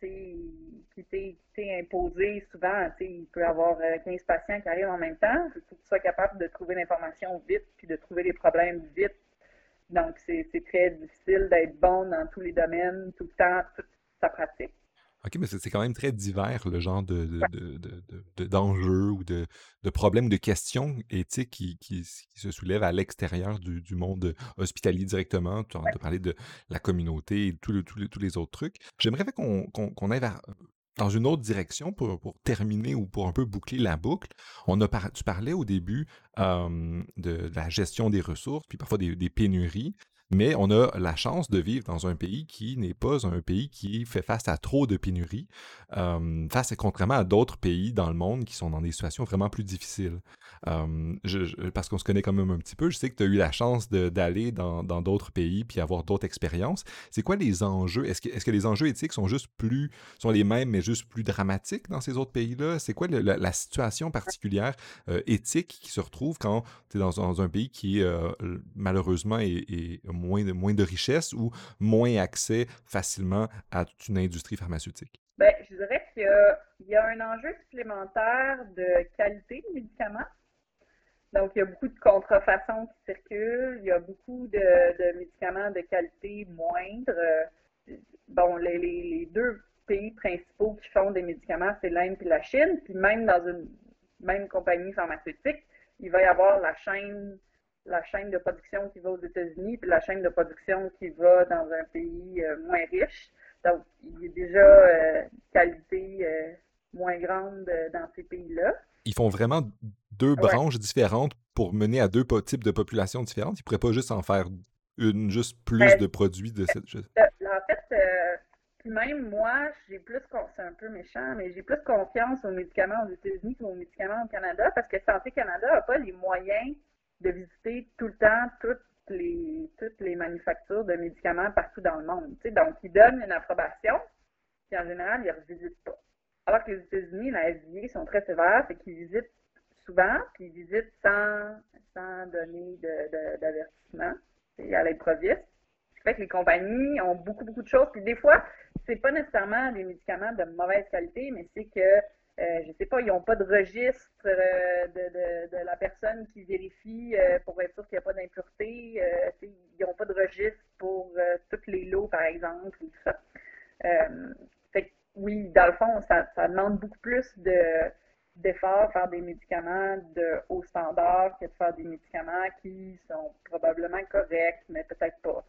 qui t'est imposé souvent. Il peut y avoir quinze patients qui arrivent en même temps. Il faut que tu sois capable de trouver l'information vite puis de trouver les problèmes vite. Donc, c'est très difficile d'être bon dans tous les domaines, tout le temps, toute sa pratique. OK, mais c'est c'est quand même très divers, le genre de, de, de, de- de- de- d'enjeux ou de, de problèmes ou de questions éthiques qui, qui, qui se soulèvent à l'extérieur du, du monde hospitalier directement. Tu as parlé de la communauté et tous le- tous les, tous les autres trucs. J'aimerais qu'on qu'on, qu'on aille vers- dans une autre direction pour, pour terminer ou pour un peu boucler la boucle. On a par- tu parlais au début euh, de, de la gestion des ressources, puis parfois des, des pénuries. Mais on a la chance de vivre dans un pays qui n'est pas un pays qui fait face à trop de pénuries, euh, face contrairement à d'autres pays dans le monde qui sont dans des situations vraiment plus difficiles. Euh, je, je, parce qu'on se connaît quand même un petit peu, je sais que tu as eu la chance d'aller dans dans d'autres pays puis avoir d'autres expériences. C'est quoi les enjeux? Est-ce que, est-ce que les enjeux éthiques sont juste plus, sont les mêmes, mais juste plus dramatiques dans ces autres pays-là? C'est quoi le, la, la situation particulière euh, éthique qui se retrouve quand tu es dans, dans un pays qui, euh, malheureusement, est, est moins, de, moins de richesse ou moins accès facilement à toute une industrie pharmaceutique? Ben, je dirais qu'il y, y, a un enjeu supplémentaire de qualité de médicaments. Donc, il y a beaucoup de contrefaçons qui circulent. Il y a beaucoup de, de médicaments de qualité moindre. Bon, les, les, les deux pays principaux qui font des médicaments, c'est l'Inde et la Chine. Puis même dans une même compagnie pharmaceutique, il va y avoir la chaîne, la chaîne de production qui va aux États-Unis, puis la chaîne de production qui va dans un pays euh, moins riche. Donc, il y a déjà euh, une qualité euh, moins grande euh, dans ces pays-là. Ils font vraiment deux Ouais. branches différentes pour mener à deux types de populations différentes. Ils ne pourraient pas juste en faire une, juste plus Ben, de produits de cette... en fait, euh, puis même moi, j'ai plus, c'est un peu méchant, mais j'ai plus confiance aux médicaments aux États-Unis qu'aux médicaments au Canada parce que Santé Canada n'a pas les moyens de visiter tout le temps toutes les, toutes les manufactures de médicaments partout dans le monde. Tu sais. Donc, ils donnent une approbation, puis en général, ils ne revisitent pas. Alors que les États-Unis, la F D A sont très sévères, c'est qu'ils visitent souvent, puis ils visitent sans, sans donner d'avertissement à l'improviste. Fait que les compagnies ont beaucoup, beaucoup de choses. Puis des fois, c'est pas nécessairement des médicaments de mauvaise qualité, mais c'est que, euh, je sais pas, ils n'ont pas de registre euh, de, de, de, la personne qui vérifie euh, pour être sûr qu'il n'y a pas d'impureté. Euh, ils n'ont pas de registre pour euh, tous les lots, par exemple, ou tout ça. Euh, fait que, oui, dans le fond, ça, ça demande beaucoup plus de d'efforts faire des médicaments de haut standard que de faire des médicaments qui sont probablement corrects, mais peut-être pas.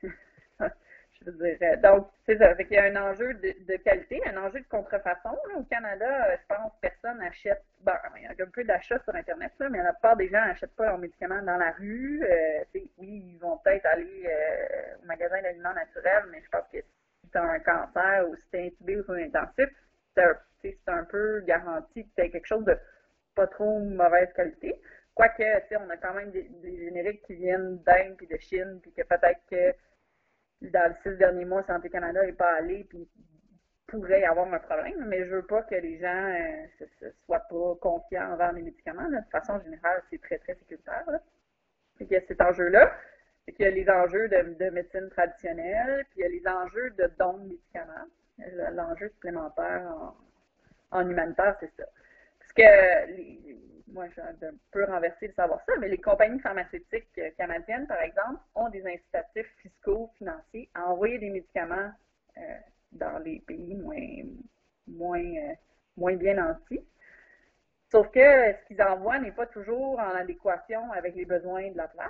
Je veux dire, donc, c'est ça. Fait qu'il y a un enjeu de, de qualité, un enjeu de contrefaçon. Là, au Canada, je pense que personne n'achète. Bon, il y a un peu d'achats sur Internet, là, mais la plupart des gens n'achètent pas leurs médicaments dans la rue. Euh, oui, ils vont peut-être aller euh, au magasin d'aliments naturels, mais je pense que si tu as un cancer ou si tu es intubé ou soins intensifs, c'est un peu garanti que tu as quelque chose de pas trop mauvaise qualité. Quoique, on a quand même des, des génériques qui viennent d'Inde et de Chine, puis que peut-être que dans les six derniers mois, Santé Canada n'est pas allé, puis pourrait y avoir un problème, mais je veux pas que les gens ne euh, soient pas confiants envers les médicaments. Là. De façon générale, c'est très, très sécuritaire. Là. Fait qu'il y a cet enjeu-là. Fait qu'il y a les enjeux de, de médecine traditionnelle, puis il y a les enjeux de dons de médicaments. L'enjeu supplémentaire en, en humanitaire, c'est ça. Parce que, les, moi, j'ai un peu renversé de savoir ça, mais les compagnies pharmaceutiques canadiennes, par exemple, ont des incitatifs fiscaux, financiers à envoyer des médicaments euh, dans les pays moins, moins, euh, moins bien nantis. Sauf que ce qu'ils envoient n'est pas toujours en adéquation avec les besoins de la place,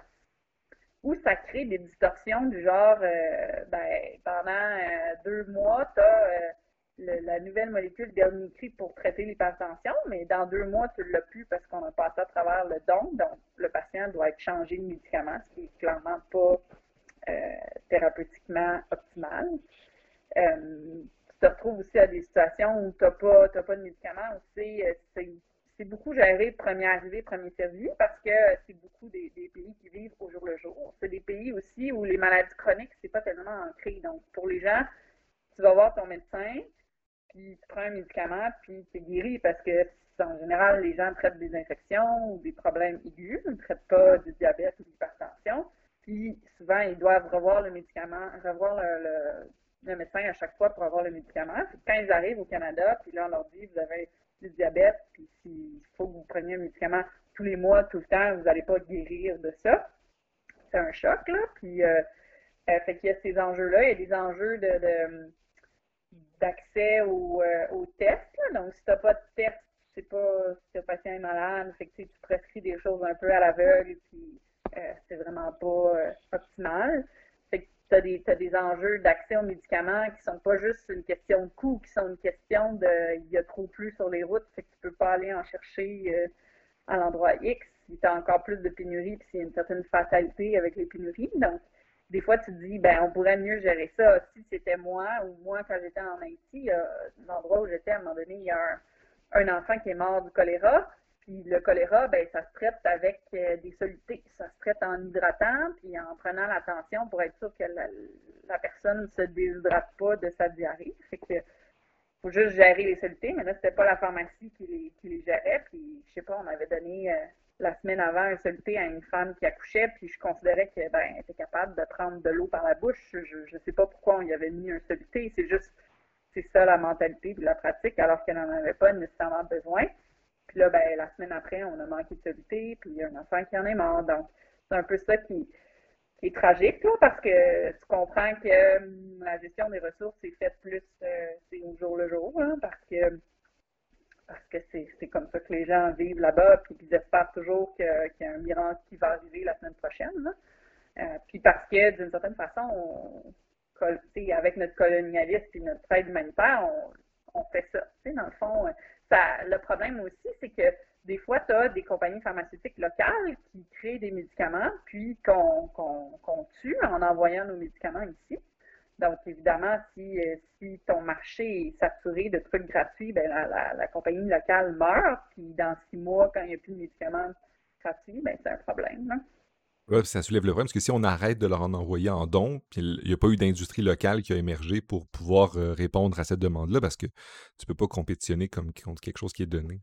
ou ça crée des distorsions du genre, euh, ben, pendant euh, deux mois, tu as euh, la nouvelle molécule Delmicri pour traiter l'hypertension, mais dans deux mois, tu ne l'as plus parce qu'on a passé à travers le don, donc le patient doit être changé de médicament, ce qui est clairement pas euh, thérapeutiquement optimal. Euh, tu te retrouves aussi à des situations où tu n'as pas, t'as pas de médicaments, où c'est, c'est beaucoup géré premier arrivé, premier servi, parce que c'est beaucoup des, des pays qui vivent au jour le jour. C'est des pays aussi où les maladies chroniques, c'est pas tellement ancré. Donc, pour les gens, tu vas voir ton médecin, puis tu prends un médicament, puis tu es guéri, parce que en général, les gens traitent des infections ou des problèmes aigus, ils ne traitent pas du diabète ou de l'hypertension. Puis souvent, ils doivent revoir le médicament, revoir le, le, le médecin à chaque fois pour avoir le médicament. Puis quand ils arrivent au Canada, puis là, on leur dit, vous avez du diabète, puis s'il faut que vous preniez un médicament tous les mois, tout le temps, vous n'allez pas guérir de ça. C'est un choc, là. Puis, euh, euh, fait qu'il y a ces enjeux-là. Il y a des enjeux de, de d'accès aux, euh, aux tests. Là. Donc, si tu n'as pas de test, tu sais pas si le patient est malade, fait que, tu prescris des choses un peu à l'aveugle, puis euh, c'est vraiment pas euh, optimal. Fait que tu as des, t'as des enjeux d'accès aux médicaments qui sont pas juste une question de coût, qui sont une question de il y a trop plus sur les routes, fait que tu peux pas aller en chercher euh, à l'endroit X. Si tu as encore plus de pénuries, puis s'il y a une certaine fatalité avec les pénuries. Donc, des fois, tu te dis, ben, on pourrait mieux gérer ça. Si c'était moi, ou moi, quand j'étais en Haïti, euh, l'endroit où j'étais, à un moment donné, il y a un, un enfant qui est mort du choléra. Puis le choléra, ben, ça se traite avec euh, des solutés. Ça se traite en hydratant, puis en prenant l'attention pour être sûr que la, la personne ne se déshydrate pas de sa diarrhée. Fait que faut juste gérer les solutés, mais là, c'était pas la pharmacie qui les, qui les gérait. Puis, je sais pas, on avait donné euh, la semaine avant un soluté à une femme qui accouchait, puis je considérais qu'elle ben, était capable de prendre de l'eau par la bouche. Je, je sais pas pourquoi on y avait mis un soluté. C'est juste, c'est ça la mentalité de la pratique, alors qu'elle n'en avait pas nécessairement besoin. Puis là, ben, la semaine après, on a manqué de soluté, puis il y a un enfant qui en est mort. Donc, c'est un peu ça qui, qui est tragique, là, parce que tu comprends que hum, la gestion des ressources est faite plus euh, c'est au jour le jour, hein, parce que parce que c'est, c'est comme ça que les gens vivent là-bas, puis ils espèrent toujours que, qu'il y a un miracle qui va arriver la semaine prochaine. Là. Euh, puis parce que, d'une certaine façon, on, avec notre colonialisme et notre aide humanitaire, on, on fait ça. Dans le fond, ça, le problème aussi, c'est que des fois, tu as des compagnies pharmaceutiques locales qui créent des médicaments, puis qu'on, qu'on, qu'on tue en envoyant nos médicaments ici. Donc, évidemment, si, si ton marché est saturé de trucs gratuits, ben la, la, la compagnie locale meurt, puis dans six mois, quand il n'y a plus de médicaments gratuits, ben c'est un problème. Hein? Ouais, ça soulève le problème, parce que si on arrête de leur en envoyer en don, puis il n'y a pas eu d'industrie locale qui a émergé pour pouvoir euh, répondre à cette demande-là, parce que tu peux pas compétitionner comme, contre quelque chose qui est donné.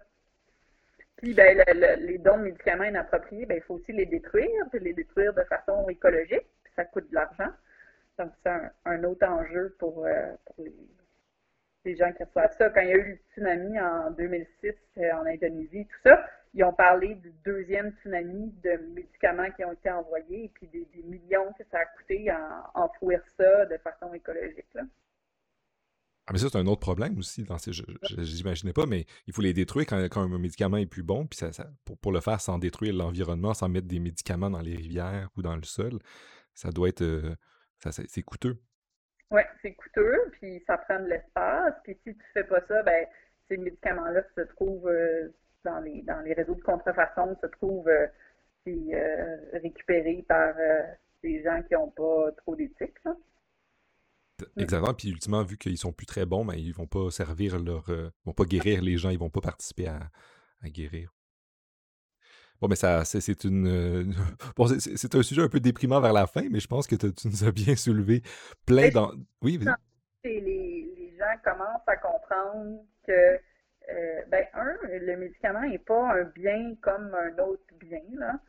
Puis, ben, le, le, les dons de médicaments inappropriés, ben, il faut aussi les détruire, puis les détruire de façon écologique, puis ça coûte de l'argent. Donc, c'est un, un autre enjeu pour, euh, pour les, les gens qui reçoivent ça. Quand il y a eu le tsunami en deux mille six euh, en Indonésie, tout ça, ils ont parlé du deuxième tsunami de médicaments qui ont été envoyés et puis des, des millions que ça a coûté à enfouir ça de façon écologique. Là. Ah, mais ça, c'est un autre problème aussi. Dans ces, je n'imaginais pas, mais il faut les détruire quand, quand un médicament est plus bon. Puis ça, ça, pour, pour le faire sans détruire l'environnement, sans mettre des médicaments dans les rivières ou dans le sol, ça doit être. Euh, ça, c'est coûteux. Oui, c'est coûteux, puis ça prend de l'espace. Puis si tu fais pas ça, ben ces médicaments-là se trouvent euh, dans les dans les réseaux de contrefaçon, se trouvent euh, euh, récupérés par euh, des gens qui n'ont pas trop d'éthique. Là. Exactement. Puis ultimement, vu qu'ils sont plus très bons, ben, ils vont pas servir leur. Euh, ils vont pas guérir les gens, ils vont pas participer à, à guérir. Bon, mais ça, c'est, c'est une. Euh, bon, c'est, c'est un sujet un peu déprimant vers la fin, mais je pense que tu nous as bien soulevé plein Mais je dans. Oui, vas-y. pense que les, les gens commencent à comprendre que, euh, ben, un, le médicament n'est pas un bien comme un autre bien, là.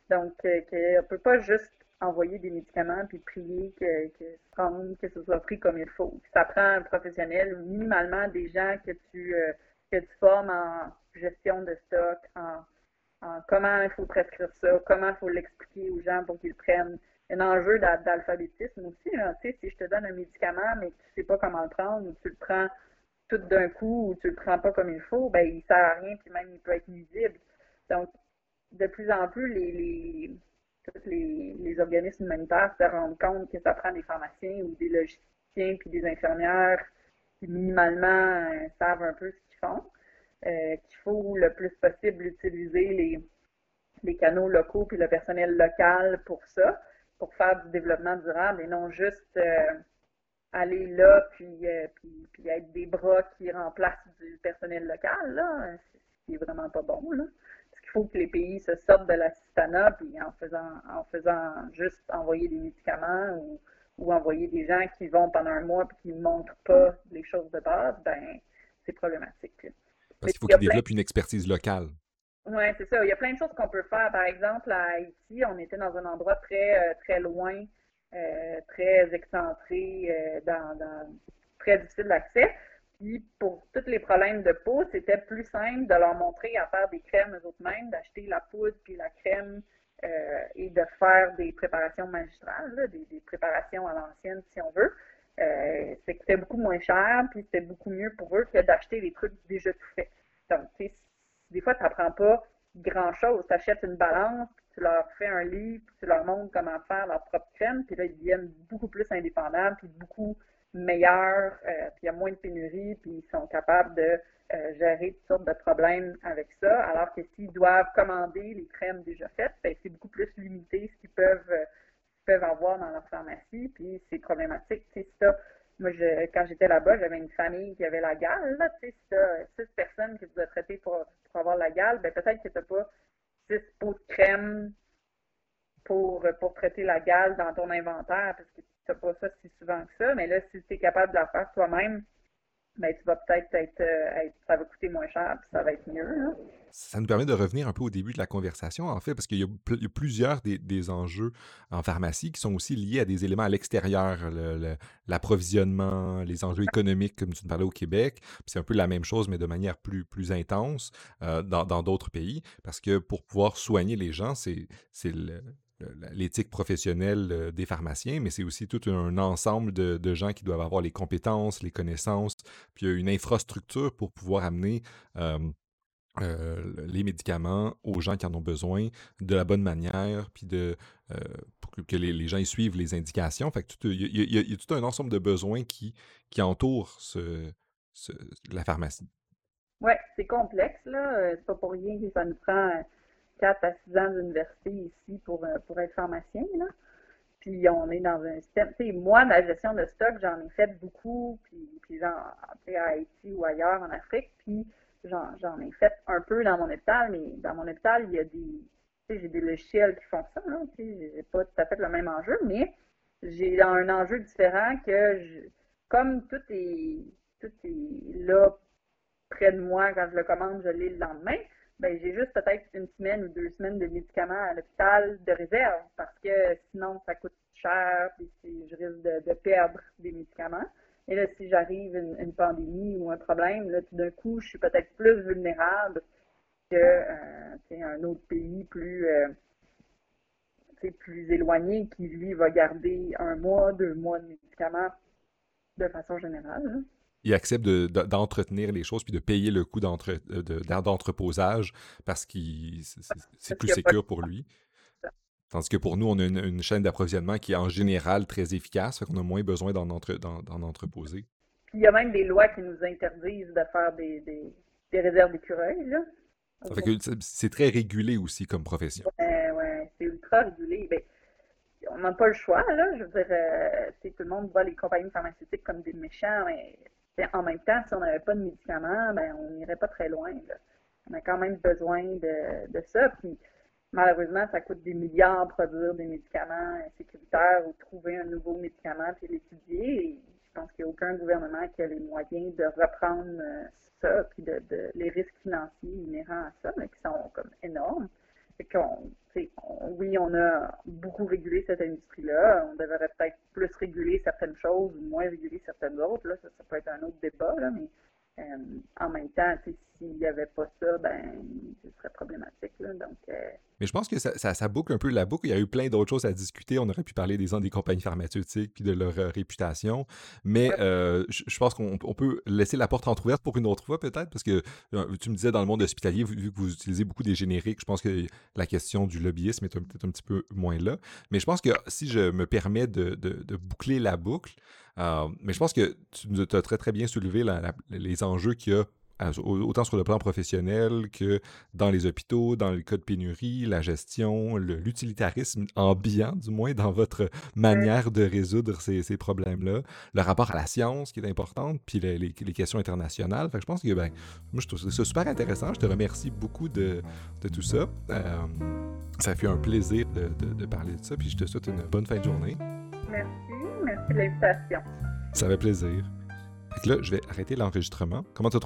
Donc, euh, qu'on ne peut pas juste envoyer des médicaments puis prier que, que, prendre, que ce soit pris comme il faut. Ça prend un professionnel, minimalement des gens que tu, euh, que tu formes en gestion de stock, en, en comment il faut prescrire ça, comment il faut l'expliquer aux gens pour qu'ils le prennent. Un enjeu d'alphabétisme aussi. Là. Tu sais, si je te donne un médicament, mais que tu ne sais pas comment le prendre, ou tu le prends tout d'un coup, ou tu le prends pas comme il faut, ben il ne sert à rien, puis même il peut être nuisible. Donc, de plus en plus, les, les, tous les, les organismes humanitaires se rendent compte que ça prend des pharmaciens ou des logisticiens puis des infirmières qui minimalement euh, savent un peu ce qu'ils font, euh, qu'il faut le plus possible utiliser les, les canaux locaux puis le personnel local pour ça, pour faire du développement durable et non juste euh, aller là puis, euh, puis, puis être des bras qui remplacent du personnel local, là, ce qui est vraiment pas bon, là. Parce qu'il faut que les pays se sortent de l'assistanat, puis en faisant, en faisant juste envoyer des médicaments ou, ou envoyer des gens qui vont pendant un mois puis qui ne montrent pas les choses de base, ben c'est problématique. Là. Parce Mais qu'il faut il y a qu'ils plein développent une expertise locale. Oui, c'est ça. Il y a plein de choses qu'on peut faire. Par exemple, à Haïti, on était dans un endroit très, euh, très loin, euh, très excentré, euh, dans, dans- très difficile d'accès. Puis pour tous les problèmes de peau, c'était plus simple de leur montrer à faire des crèmes eux-mêmes, d'acheter la poudre puis la crème euh, et de faire des préparations magistrales, là, des, des préparations à l'ancienne si on veut. Euh, c'est que c'était beaucoup moins cher, puis c'était beaucoup mieux pour eux que d'acheter des trucs déjà tout faits. Donc, tu sais, des fois, tu n'apprends pas grand-chose. Tu achètes une balance, puis tu leur fais un livre, puis tu leur montres comment faire leur propre crème, puis là, ils deviennent beaucoup plus indépendants, puis beaucoup meilleurs, euh, puis il y a moins de pénurie, puis ils sont capables de euh, gérer toutes sortes de problèmes avec ça, alors que s'ils doivent commander les crèmes déjà faites, ben, c'est beaucoup plus limité ce qu'ils peuvent, euh, peuvent avoir dans leur pharmacie, puis c'est problématique. Tu sais, ça, moi, je, quand j'étais là-bas, j'avais une famille qui avait la gale, là, tu sais, si t'as six personnes que tu dois traiter pour, pour avoir la gale, ben peut-être que t'as pas six pots de crème pour, pour traiter la gale dans ton inventaire, parce que tu n'as pas ça si souvent que ça, mais là, si tu es capable de la faire toi-même, ben tu vas peut-être être, euh, être- ça va coûter moins cher, puis ça va être mieux, là. Ça nous permet de revenir un peu au début de la conversation, en fait, parce qu'il y a, pl- il y a plusieurs des, des enjeux en pharmacie qui sont aussi liés à des éléments à l'extérieur, le- le- l'approvisionnement, les enjeux économiques, comme tu nous parlais au Québec. Puis c'est un peu la même chose, mais de manière plus, plus intense euh, dans dans d'autres pays, parce que pour pouvoir soigner les gens, c'est c'est le- le- la- l'éthique professionnelle euh, des pharmaciens, mais c'est aussi tout un ensemble de, de gens qui doivent avoir les compétences, les connaissances, puis il y a une infrastructure pour pouvoir amener euh, euh, les médicaments aux gens qui en ont besoin de la bonne manière, puis de euh, pour que, que les, les gens y suivent les indications. Fait que tout- il y, a- il y a- il y a tout un ensemble de besoins qui, qui entourent ce, ce- la pharmacie. Ouais, c'est complexe, là. Euh, C'est pas pour rien que ça nous prend euh, quatre à six ans d'université ici pour, euh, pour être pharmacien, là. Puis on est dans un système. Tu sais, moi, ma gestion de stock, j'en ai fait beaucoup, puis, puis genre, tu sais, à Haïti ou ailleurs en Afrique, puis j'en, j'en ai fait un peu dans mon hôpital, mais dans mon hôpital, il y a des. Tu sais, j'ai des logiciels qui font ça, là. Tu sais, j'ai pas tout à fait le même enjeu, mais j'ai un enjeu différent que je, comme tout est, tout est là près de moi quand je le commande, je l'ai le lendemain, ben j'ai juste peut-être une semaine ou deux semaines de médicaments à l'hôpital de réserve parce que sinon ça coûte cher et je risque de, de, perdre des médicaments. Et là, si j'arrive une, une pandémie ou un problème, là, tout d'un coup, je suis peut-être plus vulnérable que euh, un autre pays plus, euh, plus éloigné qui, lui, va garder un mois, deux mois de médicaments de façon générale. Là. Ils acceptent de- de- d'entretenir les choses puis de payer le coût d'entre- euh, de- d'entreposage parce que c'est c'est Parce plus qu'il n'y a pas sécure pour lui. de Tandis que pour nous, on a une, une chaîne d'approvisionnement qui est en général très efficace, fait qu'on a moins besoin d'en entre- d'en- d'en entreposer. Puis il y a même des lois qui nous interdisent de faire des, des, des réserves d'écureuils, là. Ça fait que c'est c'est très régulé aussi comme profession. Ouais, ouais, c'est ultra régulé. Ben, on n'a pas le choix, là. Je veux dire, euh, tu sais, tout le monde voit les compagnies pharmaceutiques comme des méchants, mais tu sais, en même temps, si on n'avait pas de médicaments, ben, on n'irait pas très loin, là. On a quand même besoin de, de ça. Puis malheureusement, ça coûte des milliards produire des médicaments sécuritaires ou trouver un nouveau médicament puis l'étudier. Et je pense qu'il n'y a aucun gouvernement qui a les moyens de reprendre euh, ça, puis de, de- les risques financiers inhérents à ça, mais qui sont comme énormes. Fait qu'on, tu sais, on- oui, on a beaucoup régulé cette industrie-là. On devrait peut-être plus réguler certaines choses ou moins réguler certaines autres. Là, ça, ça peut être un autre débat, là, mais euh, en même temps, tu sais, s'il n'y avait pas ça, ben, ce serait problématique, là. Donc, euh, Mais je pense que ça, ça, ça boucle un peu la boucle. Il y a eu plein d'autres choses à discuter. On aurait pu parler des des compagnies pharmaceutiques puis de leur euh, réputation. Mais ouais, euh, je, je pense qu'on on peut laisser la porte entrouverte pour une autre fois, peut-être, parce que euh, tu me disais dans le monde hospitalier, vu, vu que vous utilisez beaucoup des génériques, je pense que la question du lobbyisme est un- peut-être un petit peu moins là. Mais je pense que si je me permets de, de- de boucler la boucle, euh, mais je pense que tu nous as très très bien soulevé la- la- les enjeux qu'il y a à- au- autant sur le plan professionnel que dans les hôpitaux, dans le cas de pénurie, la gestion, le- l'utilitarisme ambiant, du moins, dans votre ouais. manière de résoudre ces, ces problèmes-là, le rapport à la science qui est importante, puis les, les- les questions internationales. Fait que je pense que, ben, moi, je trouve ça super intéressant. Je te remercie beaucoup de, de tout ça. Euh, ça fait un plaisir de, de- de parler de ça, puis je te souhaite une bonne fin de journée. Merci, merci de l'invitation. Ça fait plaisir. Fait que là, je vais arrêter l'enregistrement. Comment tu as trouvé